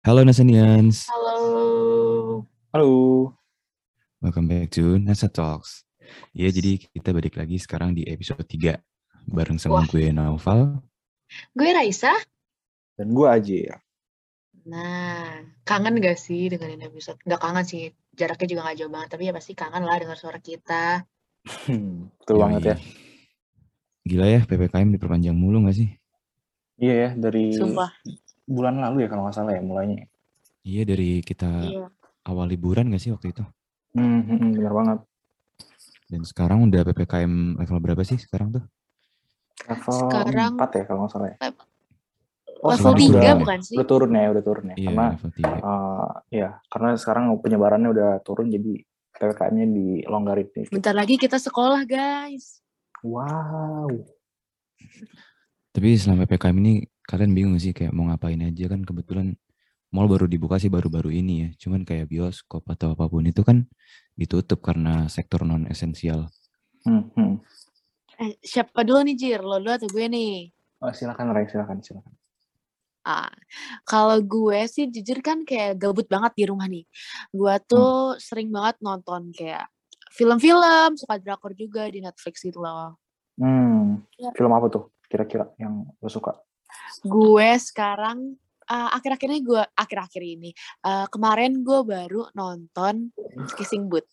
Halo Nasanians, Halo. Halo. welcome back to Nasa Talks. Ya, jadi kita balik lagi sekarang di episode 3 bareng sama Wah. gue Naufal. Gue Raisa. Dan gue Ajir. Nah, kangen gak sih dengerin episode? Gak kangen sih, jaraknya juga gak jauh banget. Tapi ya pasti kangen lah denger suara kita. Betul banget ya. Gila ya, PPKM diperpanjang mulu gak sih? Iya ya, dari Sumpah. bulan lalu ya kalau nggak salah ya mulainya. Iya, dari kita awal liburan gak sih waktu itu? Benar banget. Dan sekarang udah PPKM level berapa sih sekarang tuh? Level Sekarang 4 ya kalau nggak salah ya. level 3 bukan sih? Udah turun ya. Iya, Karena level 3. Karena sekarang penyebarannya udah turun jadi PPKM-nya dilonggarin. Bentar lagi kita sekolah, guys. Wow. Tapi selama PPKM ini kalian bingung sih kayak mau ngapain aja kan, kebetulan mall baru dibuka sih baru-baru ini ya. Cuman kayak bioskop atau apapun itu kan ditutup karena sektor non esensial. Siapa dulu nih, Jir? Lo dulu atau gue nih? Silakan Ray, silakan. Kalau gue sih jujur kan kayak gabut banget di rumah nih. Gue tuh sering banget nonton kayak film-film, suka drakor juga di Netflix gitu loh. Film apa tuh kira-kira yang lo suka? Gue sekarang akhir-akhir ini kemarin gue baru nonton Kissing Booth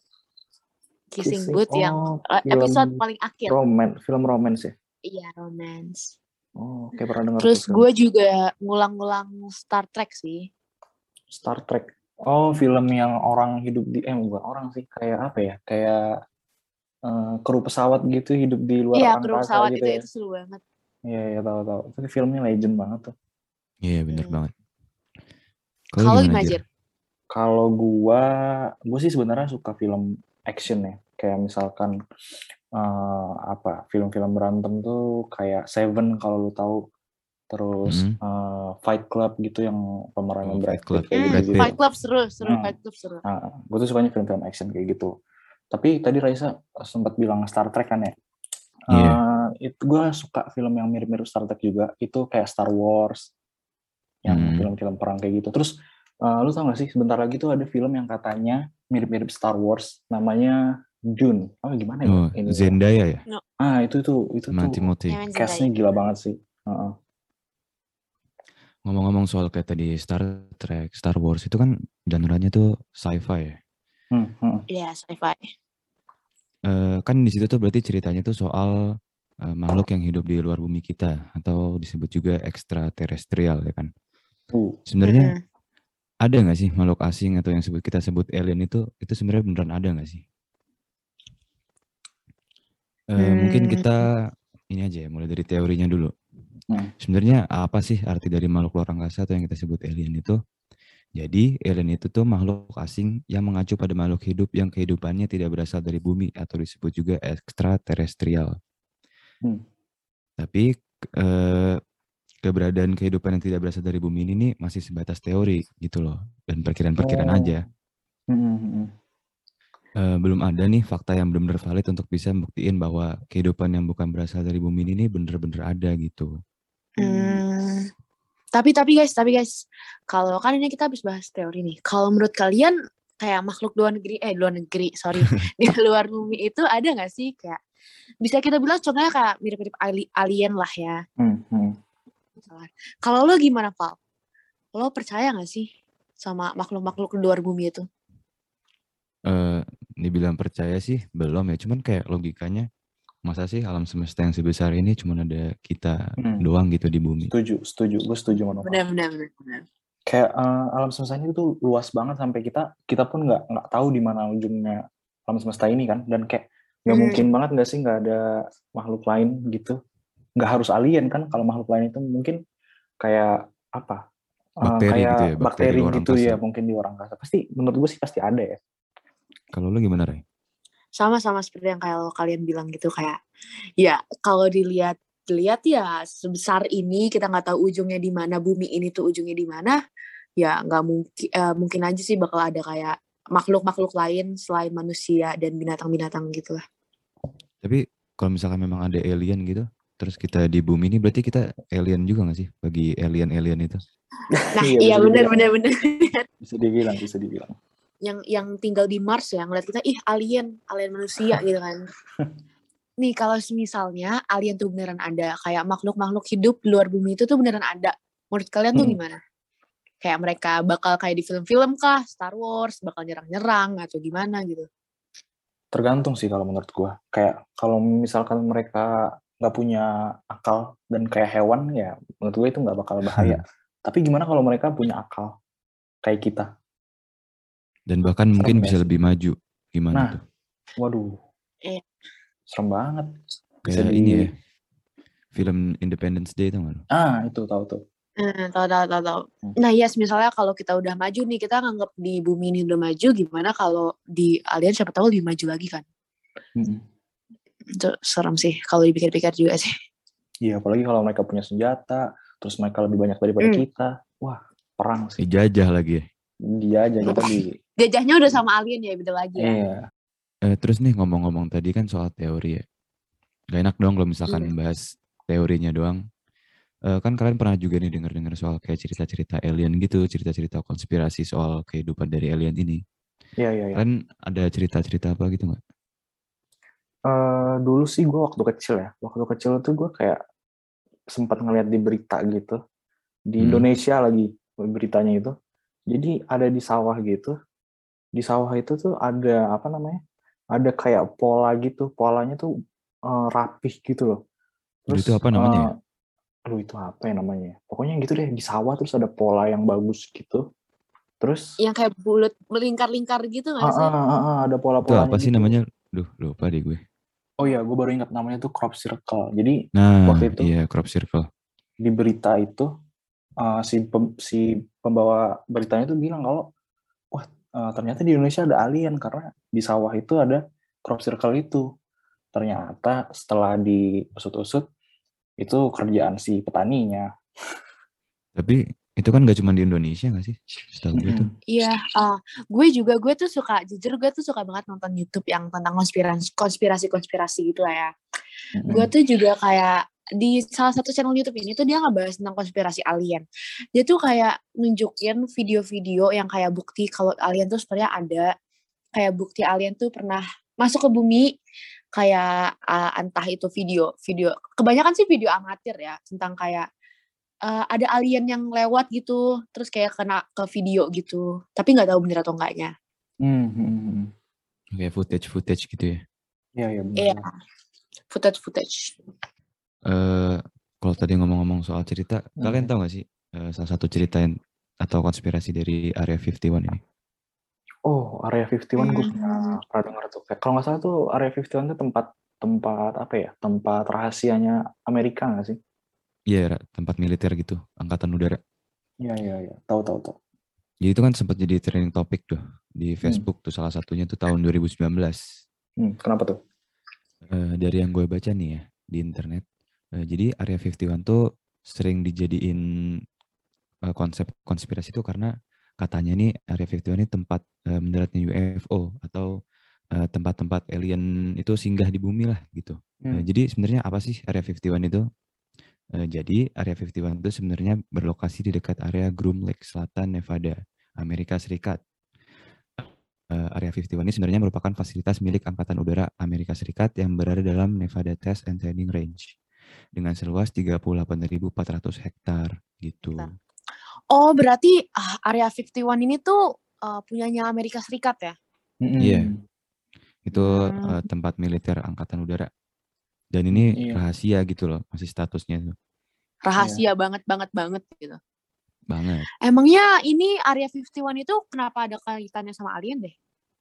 yang episode paling akhir. Film romance ya? Iya, romance. Oh, kayak pernah dengar. Terus gue juga ngulang-ngulang Star Trek sih. Star Trek. Oh, film yang orang hidup di bukan orang sih, kayak apa ya? Kayak kru pesawat gitu hidup di luar angkasa. Iya, kru pesawat gitu itu seru banget. Iya, tahu. Tapi filmnya legend banget tuh. Iya, benar banget. Kalau gimana, Jir? Kalau gue sih sebenarnya suka film action ya. Kayak misalkan film-film berantem tuh kayak Seven kalau lu tahu. Terus Fight Club gitu yang pemerannya Brad Pitt kayak gitu. Fight Club seru. Fight Club seru. Gue tuh sukanya film-film action kayak gitu. Tapi tadi Raisa sempat bilang Star Trek kan ya. Itu gue suka film yang mirip-mirip Star Trek juga. Itu kayak Star Wars, yang film-film perang kayak gitu. Terus lu tau gak sih sebentar lagi tuh ada film yang katanya mirip-mirip Star Wars, namanya Dune. Gimana ya? Zendaya ya? No. Itu tuh cast-nya gila banget sih. Ngomong-ngomong soal kayak tadi Star Trek, Star Wars itu kan genre-nya tuh sci-fi ya? Iya, sci-fi. Kan di situ tuh berarti ceritanya tuh soal makhluk yang hidup di luar bumi kita atau disebut juga ekstraterestrial ya kan? Sebenarnya ada nggak sih makhluk asing atau yang kita sebut alien itu sebenarnya beneran ada nggak sih? Mungkin kita ini aja ya, mulai dari teorinya dulu. Sebenarnya apa sih arti dari makhluk luar angkasa atau yang kita sebut alien itu? Jadi alien itu tuh makhluk asing yang mengacu pada makhluk hidup yang kehidupannya tidak berasal dari bumi atau disebut juga ekstraterestrial. Tapi keberadaan kehidupan yang tidak berasal dari bumi ini masih sebatas teori gitu loh, dan perkiraan-perkiraan aja. Belum ada nih fakta yang benar-benar valid untuk bisa membuktiin bahwa kehidupan yang bukan berasal dari bumi ini benar-benar ada gitu. Tapi guys, kalau kan ini kita habis bahas teori nih. Kalau menurut kalian kayak makhluk luar negeri, di luar bumi itu ada nggak sih kayak bisa kita bilang contohnya kayak mirip-mirip alien lah ya. Kalau lo gimana, Val? Lo percaya nggak sih sama makhluk-makhluk luar bumi itu? Dibilang percaya sih belum ya, cuman kayak logikanya masa sih alam semesta yang sebesar ini cuma ada kita doang gitu di bumi. Setuju, gue setuju sama Benar. Kayak alam semesta ini tuh luas banget sampai kita pun nggak tahu di mana ujungnya alam semesta ini kan, dan kayak nggak mungkin banget nggak sih nggak ada makhluk lain gitu. Nggak harus alien kan, kalau makhluk lain itu mungkin kayak apa? Bakteri kayak gitu ya, bakteri gitu ya, mungkin di luar angkasa. Pasti menurut gue sih pasti ada ya. Kalau lo gimana, Ray? Sama seperti yang kayak kalian bilang gitu, kayak ya kalau dilihat ya sebesar ini kita nggak tahu ujungnya di mana, bumi ini tuh ujungnya di mana, ya nggak mungkin aja sih bakal ada kayak makhluk lain selain manusia dan binatang gitu lah. Tapi kalau misalkan memang ada alien gitu, terus kita di bumi ini berarti kita alien juga gak sih bagi alien-alien itu? Nah, iya benar. Bisa dibilang. Yang tinggal di Mars ya, ngeliat kita, alien manusia gitu kan. Nih kalau misalnya alien tuh beneran ada, kayak makhluk-makhluk hidup di luar bumi itu tuh beneran ada. Menurut kalian tuh gimana? Kayak mereka bakal kayak di film-film kah, Star Wars, bakal nyerang-nyerang atau gimana gitu? Tergantung sih kalau menurut gue. Kayak kalau misalkan mereka nggak punya akal dan kayak hewan, ya menurut gue itu nggak bakal bahaya. Tapi gimana kalau mereka punya akal kayak kita? Dan bahkan mungkin bisa lebih maju. Gimana tuh? Waduh. Serem banget. Bisa kayak ini ya, film Independence Day tau gak? Itu tahu tuh. Tahu. Nah yes, misalnya kalau kita udah maju nih, kita nganggap di bumi ini udah maju, gimana kalau di alien siapa tahu lebih maju lagi kan? Itu serem sih kalau dipikir-pikir juga sih. Iya, apalagi kalau mereka punya senjata, terus mereka lebih banyak daripada kita. Wah, perang sih. Dijajah lagi ya? Dijajah kita Jajahnya udah sama alien ya, beda lagi ya. Iya. Terus nih ngomong-ngomong tadi kan soal teori ya. Gak enak dong kalau misalkan bahas teorinya doang. Kan kalian pernah juga nih dengar soal kayak cerita-cerita alien gitu, cerita-cerita konspirasi soal kehidupan dari alien ini. Iya. Kalian ada cerita-cerita apa gitu nggak? Dulu sih gue waktu kecil tuh gue kayak sempat ngeliat di berita gitu. Di Indonesia lagi beritanya itu. Jadi ada di sawah gitu. Di sawah itu tuh ada apa namanya? Ada kayak pola gitu. Polanya tuh rapih gitu loh. Terus itu apa namanya? Itu apa ya namanya? Pokoknya gitu deh, di sawah terus ada pola yang bagus gitu. Terus yang kayak bulat melingkar-lingkar gitu nggak sih? Ada pola-polanya. Itu apa sih gitu namanya? Duh, lupa deh gue. Oh iya, gue baru ingat namanya tuh crop circle. Jadi waktu itu iya, crop circle. Di berita itu si pembawa beritanya tuh bilang kalau wah ternyata di Indonesia ada alien karena di sawah itu ada crop circle itu. Ternyata setelah diusut-usut itu kerjaan si petaninya. Tapi itu kan gak cuma di Indonesia gak sih? Setahu gue tuh. Iya, gue tuh suka, jujur gue tuh suka banget nonton YouTube yang tentang konspirasi gitu lah ya. Gue tuh juga kayak di salah satu channel YouTube ini tuh dia ngebahas tentang konspirasi alien. Dia tuh kayak nunjukin video-video yang kayak bukti kalau alien tuh sebenarnya ada. Kayak bukti alien tuh pernah masuk ke bumi, kayak entah itu video, kebanyakan sih video amatir ya, tentang kayak ada alien yang lewat gitu, terus kayak kena ke video gitu, tapi nggak tahu bener atau enggaknya. Kayak footage gitu ya? Iya benar. Iya, footage. Kalau tadi ngomong-ngomong soal cerita, kalian tahu nggak sih salah satu cerita atau konspirasi dari Area 51 ini? Oh, Area 51 gue pernah dengar tuh. Kalau nggak salah tuh Area 51 tuh tempat apa ya? Tempat rahasianya Amerika nggak sih? Iya, tempat militer gitu, angkatan udara. Iya. Tahu. Jadi itu kan sempat jadi trending topik tuh di Facebook tuh, salah satunya tuh tahun 2019. Kenapa tuh? Dari yang gue baca nih ya di internet. Jadi Area 51 tuh sering dijadiin konsep konspirasi itu karena katanya nih Area 51 ini tempat mendaratnya UFO atau tempat-tempat alien itu singgah di bumi lah gitu. Jadi sebenarnya apa sih Area 51 itu? Jadi Area 51 itu sebenarnya berlokasi di dekat area Groom Lake Selatan, Nevada, Amerika Serikat. Area 51 ini sebenarnya merupakan fasilitas milik Angkatan Udara Amerika Serikat yang berada dalam Nevada Test and Training Range dengan seluas 38.400 hektar gitu. Oh, berarti Area 51 ini tuh punyanya Amerika Serikat ya? Iya. Itu tempat militer Angkatan Udara. Dan ini rahasia gitu loh, masih statusnya tuh. Rahasia banget gitu. Banget. Emangnya ini Area 51 itu kenapa ada kaitannya sama alien deh?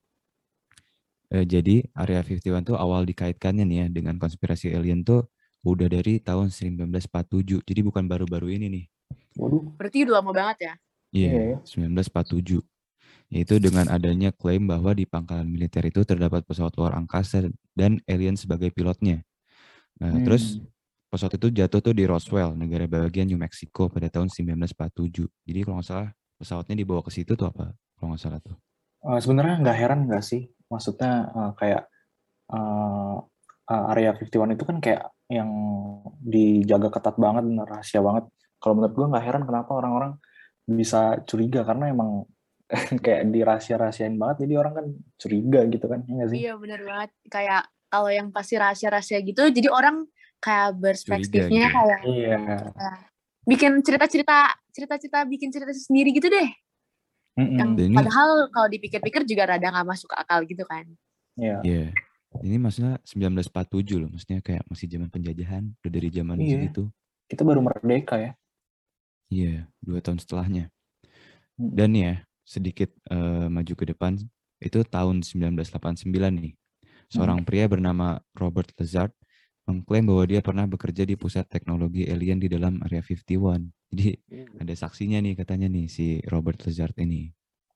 Jadi Area 51 tuh awal dikaitkannya nih ya dengan konspirasi alien tuh udah dari tahun 1947. Jadi bukan baru-baru ini nih. Waduh. Berarti udah lama banget ya? Iya, 1947. Yaitu dengan adanya klaim bahwa di pangkalan militer itu terdapat pesawat luar angkasa dan alien sebagai pilotnya. Terus pesawat itu jatuh tuh di Roswell, negara bagian New Mexico pada tahun 1947. Jadi kalau nggak salah pesawatnya dibawa ke situ tuh apa? Kalau nggak salah tuh. Sebenarnya nggak heran nggak sih? Maksudnya kayak Area 51 itu kan kayak yang dijaga ketat banget dan rahasia banget. Kalau menurut gue nggak heran kenapa orang-orang bisa curiga, karena emang kayak dirahasia-rahasiain banget, jadi orang kan curiga gitu kan, ya nggak sih? Iya benar banget. Kayak kalau yang pasti rahasia-rahasia gitu, jadi orang kayak Curiga perspektifnya gitu ya. kayak Iya. bikin cerita-cerita bikin cerita sendiri gitu deh. Yang Dan ini, padahal kalau dipikir-pikir juga rada nggak masuk akal gitu kan. Iya. ya, ini maksudnya 1947 loh, maksudnya kayak masih zaman penjajahan, udah dari zaman Iya. segitu. Kita baru merdeka ya. Iya, 2 tahun setelahnya. Dan ya, sedikit maju ke depan, itu tahun 1989 nih. Seorang pria bernama Robert Lazar mengklaim bahwa dia pernah bekerja di pusat teknologi alien di dalam Area 51. Jadi ada saksinya nih katanya nih si Robert Lazar ini.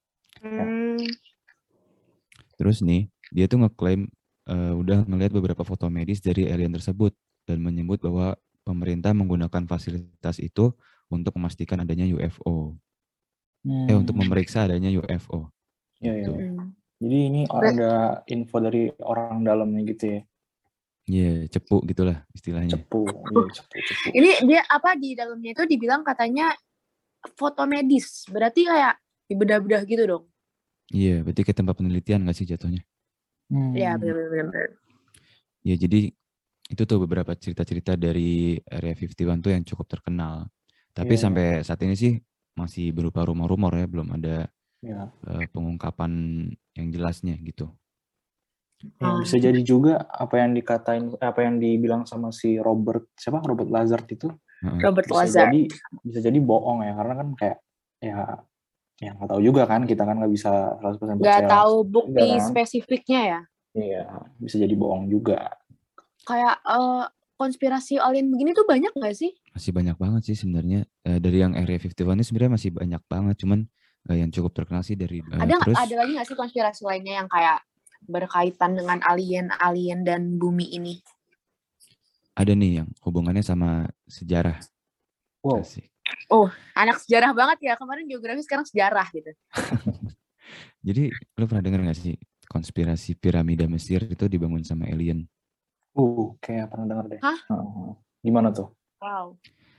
Terus nih, dia tuh ngeklaim udah ngelihat beberapa foto medis dari alien tersebut dan menyebut bahwa pemerintah menggunakan fasilitas itu untuk memastikan adanya UFO. Untuk memeriksa adanya UFO. Iya, Gitu. iya. Jadi ini ada info dari orang dalamnya gitu ya. Iya, cepu gitulah istilahnya. Cepu. Iya, cepu. Ini dia apa di dalamnya itu dibilang katanya foto medis. Berarti kayak dibedah-bedah gitu dong. Iya, berarti ke tempat penelitian nggak sih jatuhnya? Iya, benar-benar. Ya, jadi itu tuh beberapa cerita-cerita dari Area 51 tuh yang cukup terkenal. Tapi sampai saat ini sih masih berupa rumor-rumor ya, belum ada pengungkapan yang jelasnya gitu. Ya, bisa jadi juga apa yang dibilang sama si Robert Lazar itu. Robert Lazar. Bisa jadi bohong ya, karena kan kayak ya nggak tahu juga kan, kita kan nggak bisa 100% percaya. Nggak tahu bukti spesifiknya ya. Iya, bisa jadi bohong juga. Kayak konspirasi alien begini tuh banyak nggak sih? Masih banyak banget sih sebenarnya. Dari yang Area 51 ini sebenarnya masih banyak banget, cuman yang cukup terkenal sih dari ada lagi nggak sih konspirasi lainnya yang kayak berkaitan dengan alien dan bumi ini? Ada nih yang hubungannya sama sejarah. Wow. Asik. Oh, anak sejarah banget ya. Kemarin geografi, sekarang sejarah gitu. Jadi, lo pernah dengar nggak sih konspirasi piramida Mesir itu dibangun sama alien? Kayak pernah dengar deh. Hah? Gimana tuh? Wow.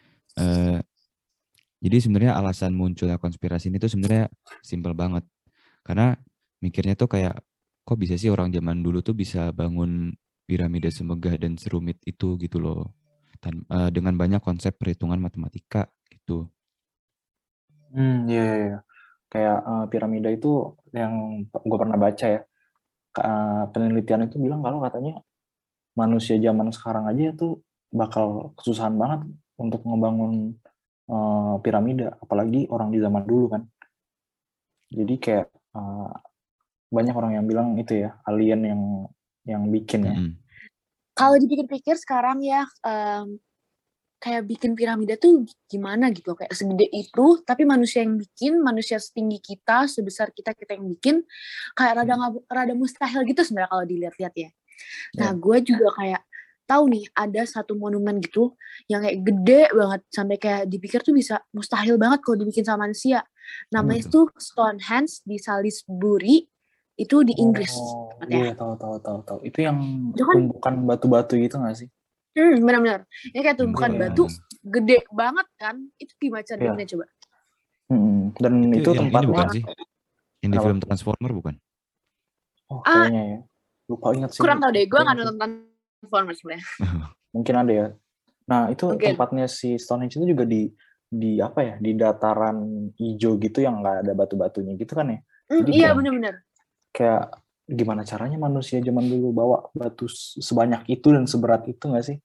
Jadi sebenarnya alasan munculnya konspirasi ini tuh sebenarnya simpel banget. Karena mikirnya tuh kayak, kok bisa sih orang zaman dulu tuh bisa bangun piramida semegah dan serumit itu gitu loh. Dengan banyak konsep perhitungan matematika gitu. Iya. Kayak piramida itu yang gue pernah baca ya. Penelitian itu bilang kalau katanya manusia zaman sekarang aja tuh bakal kesusahan banget untuk ngebangun piramida, apalagi orang di zaman dulu kan. Jadi kayak banyak orang yang bilang itu ya, alien yang bikin ya. Kalau dipikir-pikir sekarang ya, kayak bikin piramida tuh gimana gitu, kayak segede itu, tapi manusia yang bikin, manusia setinggi kita, sebesar kita yang bikin, kayak rada mustahil gitu sebenarnya kalau dilihat-lihat ya. Nah, gue juga kayak tahu nih ada satu monumen gitu yang kayak gede banget sampai kayak dipikir tuh bisa mustahil banget kalau dibikin sama manusia. Namanya itu Stonehenge di Salisbury, itu di Inggris. Iya, tahu. Itu yang tumpukan batu-batu gitu nggak sih? Benar-benar. Ini kayak tumpukan batu gede banget kan? Itu gimana caranya coba? Dan itu tempatnya ini bukan sih? Yang di film Transformer bukan? Oh, kayaknya ya. Lupa ingat sih. Kurang tahu deh, gue nggak nonton Transformer sebenarnya. Mungkin ada ya. Nah, itu tempatnya si Stonehenge itu juga di apa ya? Di dataran hijau gitu yang nggak ada batu-batunya gitu kan ya? Iya, benar-benar. Kayak gimana caranya manusia zaman dulu bawa batu sebanyak itu dan seberat itu nggak sih?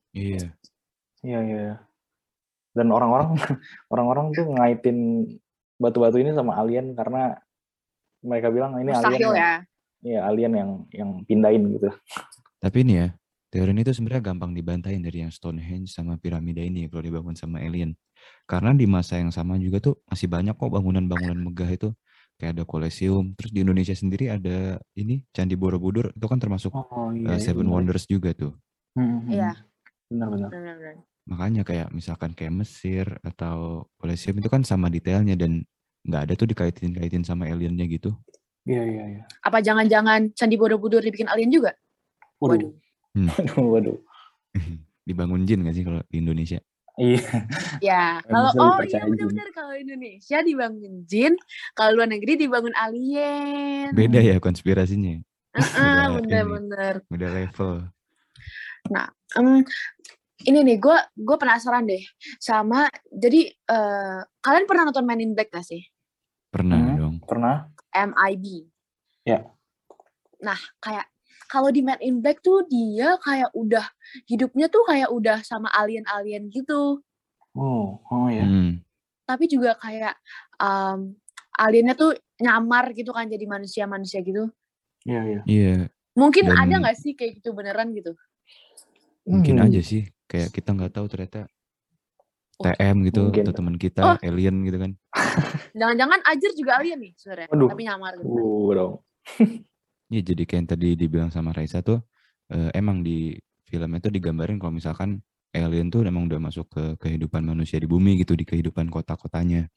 Iya. Dan orang-orang tuh ngaitin batu-batu ini sama alien karena mereka bilang ini mustahil alien ya. Iya, alien yang pindahin gitu. Tapi ini ya, teori ini tuh sebenarnya gampang dibantahin dari yang Stonehenge sama piramida ini kalau dibangun sama alien. Karena di masa yang sama juga tuh masih banyak kok bangunan-bangunan megah itu. Kayak ada Colosseum, terus di Indonesia sendiri ada ini Candi Borobudur, itu kan termasuk Seven Wonders juga tuh. Iya. Benar. Makanya kayak misalkan kayak Mesir atau Colosseum itu kan sama detailnya dan nggak ada tuh dikaitin sama aliennya gitu. Iya. Apa jangan-jangan Candi Borobudur dibikin alien juga? Waduh. dibangun jin nggak sih kalau di Indonesia? Iya. Ya, kalau Bisa dipercaya jin. benar-benar kalau Indonesia dibangun jin, kalau luar negeri dibangun alien. Beda ya konspirasinya. Bener-bener. Beda level. Nah, ini nih gue penasaran deh sama, jadi kalian pernah nonton Men in Black gak sih? Pernah dong. Pernah. MIB. Ya. Nah, kayak kalau di Men in Black tuh dia kayak udah hidupnya tuh kayak udah sama alien-alien gitu. Oh ya. Tapi juga kayak aliennya tuh nyamar gitu kan jadi manusia-manusia gitu. Iya. Mungkin ada nggak sih kayak gitu beneran gitu? Mungkin aja sih, kayak kita nggak tahu ternyata TM gitu mungkin. Atau teman kita alien gitu kan. Jangan-jangan Ajer juga alien nih sebenarnya, tapi nyamar gitu. Dong. Ya jadi kayak yang tadi dibilang sama Raisa tuh, emang di filmnya tuh digambarin kalau misalkan alien tuh emang udah masuk ke kehidupan manusia di bumi gitu, di kehidupan kota-kotanya.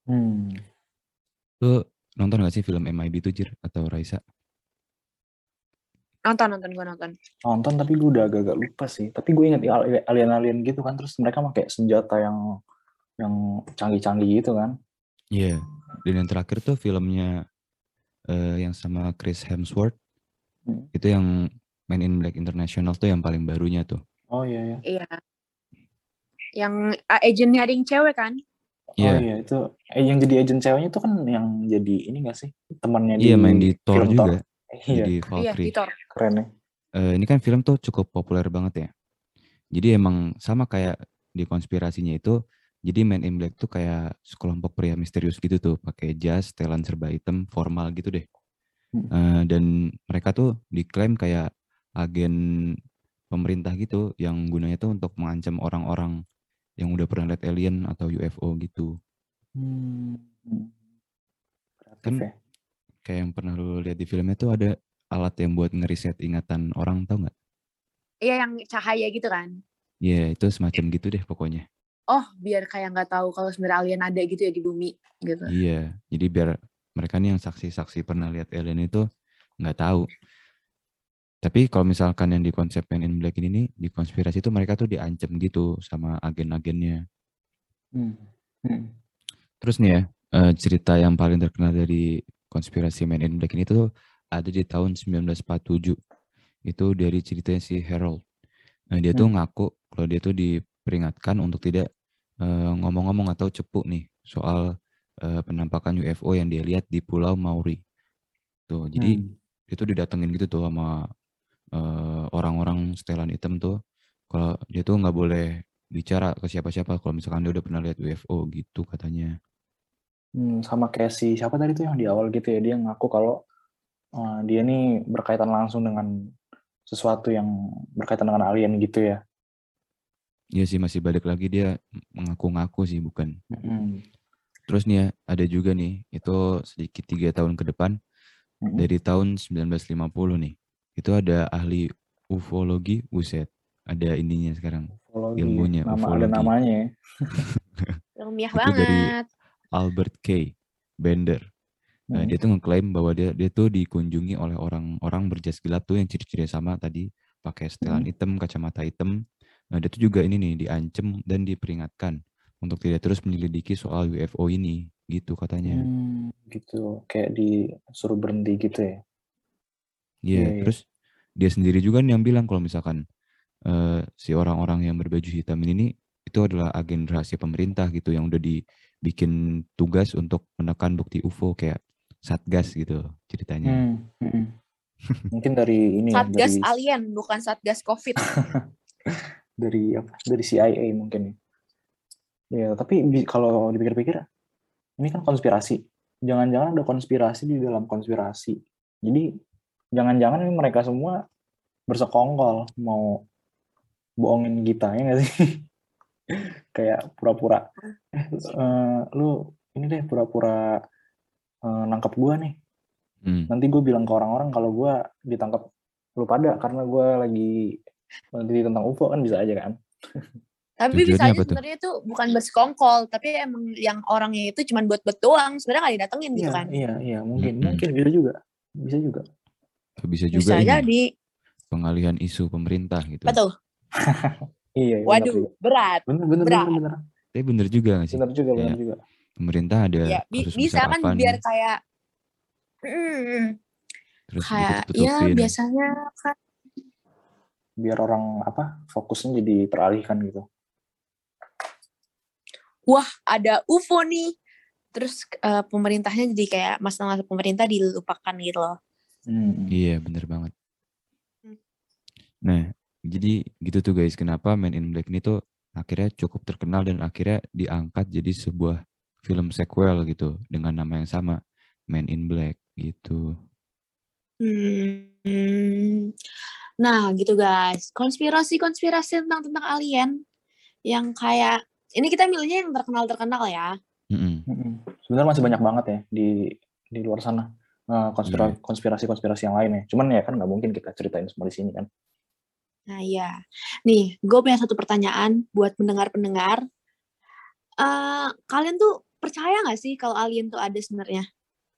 Lu nonton gak sih film MIB tuh, Jir atau Raisa? Nonton, gue nonton. Nonton tapi gue udah agak-agak lupa sih. Tapi gue ingat alien-alien gitu kan, terus mereka pakai senjata yang canggih-canggih gitu kan. Iya. Dan yang terakhir tuh filmnya yang sama Chris Hemsworth. Itu yang Men in Black International tuh yang paling barunya tuh. Oh iya. Iya. Yang agentnya ada yang cewek kan? Oh iya, itu yang jadi agent ceweknya tuh kan yang jadi ini gak sih? Temannya di main di Thor juga. Iya. Jadi Valkyrie. Iya, di Thor. Keren ya. Ini kan film tuh cukup populer banget ya. Jadi emang sama kayak di konspirasinya itu, jadi Men in Black tuh kayak sekelompok pria misterius gitu tuh, pakai jas, setelan serba hitam, formal gitu deh. Dan mereka tuh diklaim kayak agen pemerintah gitu, yang gunanya tuh untuk mengancam orang-orang yang udah pernah lihat alien atau UFO gitu. Kan kayak yang pernah lu lihat di filmnya tuh ada alat yang buat ngeriset ingatan orang, tau nggak? Iya, yang cahaya gitu kan? Iya, itu semacam gitu deh pokoknya. Oh, biar kayak nggak tahu kalau sebenarnya alien ada gitu ya di bumi gitu. Iya, jadi biar mereka nih yang saksi-saksi pernah lihat alien itu nggak tahu. Tapi kalau misalkan yang di konsep Men in Black ini nih, di konspirasi itu mereka tuh diancam gitu sama agen-agennya. Terus nih ya, cerita yang paling terkenal dari konspirasi Men in Black ini tuh ada di tahun 1947. Itu dari ceritanya si Harold. Nah, dia tuh ngaku kalau dia tuh diperingatkan untuk tidak ngomong-ngomong atau cepu nih soal penampakan UFO yang dia lihat di Pulau Maori. Tuh, jadi dia tuh didatengin gitu tuh sama orang-orang setelan hitam tuh, kalau dia tuh nggak boleh bicara ke siapa-siapa kalau misalkan dia udah pernah lihat UFO gitu katanya. Sama kayak si siapa tadi tuh yang di awal gitu ya, dia ngaku kalau dia nih berkaitan langsung dengan sesuatu yang berkaitan dengan alien gitu ya. Iya sih, masih balik lagi dia mengaku-ngaku sih, bukan. Terus nih ya, ada juga nih, itu sedikit 3 tahun ke depan, dari tahun 1950 nih, itu ada ahli ufologi, buset, ada ininya sekarang, ufologi, ilmunya, ufologi. Ada namanya ya. Ilmiah itu banget. dari Albert K. Bender. Nah, dia tuh ngeklaim bahwa dia tuh dikunjungi oleh orang-orang berjas gelap tuh yang ciri-ciri sama tadi, pakai setelan hitam, kacamata hitam. Nah, dia tuh juga ini nih diancam dan diperingatkan untuk tidak terus menyelidiki soal UFO ini, gitu katanya. Gitu, kayak disuruh berhenti gitu ya. Iya, terus dia sendiri juga nih yang bilang kalau misalkan si orang-orang yang berbaju hitam ini itu adalah agen rahasia pemerintah gitu yang udah dibikin tugas untuk menekan bukti UFO kayak Satgas gitu ceritanya. Mungkin dari ini Satgas dari alien, bukan Satgas COVID. dari apa? Dari CIA mungkin. Ya, tapi kalau dipikir-pikir ini kan konspirasi. Jangan-jangan ada konspirasi di dalam konspirasi. Jadi jangan-jangan mereka semua bersekongkol mau bohongin kita, ya nggak sih? Kayak pura-pura lu ini deh pura-pura nangkep gue nih. Nanti gue bilang ke orang-orang kalau gue ditangkap lu pada karena gue lagi meneliti tentang UFO, kan bisa aja kan. Tapi bisa aja sebenarnya itu bukan bersekongkol, tapi emang yang orangnya itu cuma buat doang, sebenarnya nggak didatengin gitu kan. Iya, mungkin bisa juga. Bisa juga bisa ini jadi pengalihan isu pemerintah gitu. betul. Iya, Waduh, berat. Bener. Tapi bener juga gak sih? Bener juga. Pemerintah ada Ya, kasus bisa besar kan apa biar nih? kayak Terus kayak ya ditutup-tutupin. biasanya kan Biar orang fokusnya jadi teralihkan gitu. wah ada UFO nih. Terus pemerintahnya jadi kayak masalah pemerintah dilupakan gitu loh. Iya, bener banget. Nah, jadi gitu tuh guys, kenapa Men in Black ini tuh akhirnya cukup terkenal dan akhirnya diangkat jadi sebuah film sequel gitu dengan nama yang sama, Men in Black gitu. Nah gitu guys, konspirasi tentang alien yang kayak ini kita milihnya yang terkenal ya. Sebenarnya masih banyak banget ya di luar sana konspirasi yang lain ya. Cuman ya kan nggak mungkin kita ceritain semua di sini kan. Nah iya, nih gue punya satu pertanyaan buat pendengar-pendengar. Kalian tuh percaya nggak sih kalau alien tuh ada sebenarnya?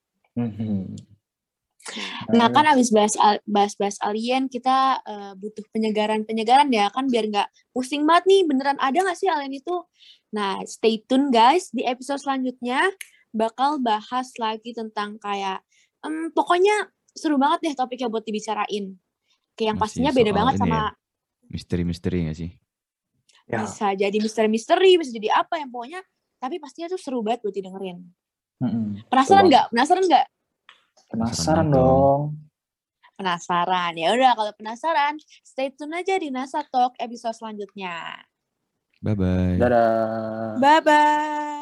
Nah kan abis bahas alien kita butuh penyegaran ya kan biar nggak pusing banget nih beneran ada nggak sih alien itu. Nah stay tune guys, di episode selanjutnya bakal bahas lagi tentang kayak pokoknya seru banget deh topiknya buat dibicarain. Kayak yang pastinya beda banget sama misteri nggak sih? Ya. Bisa jadi misteri, bisa jadi apa yang pokoknya tapi pastinya tuh seru banget buat didengerin. Penasaran nggak? Penasaran dong. Penasaran. Ya udah kalau penasaran, stay tune aja di NASA Talk episode selanjutnya. Bye bye. Dadah. Bye bye.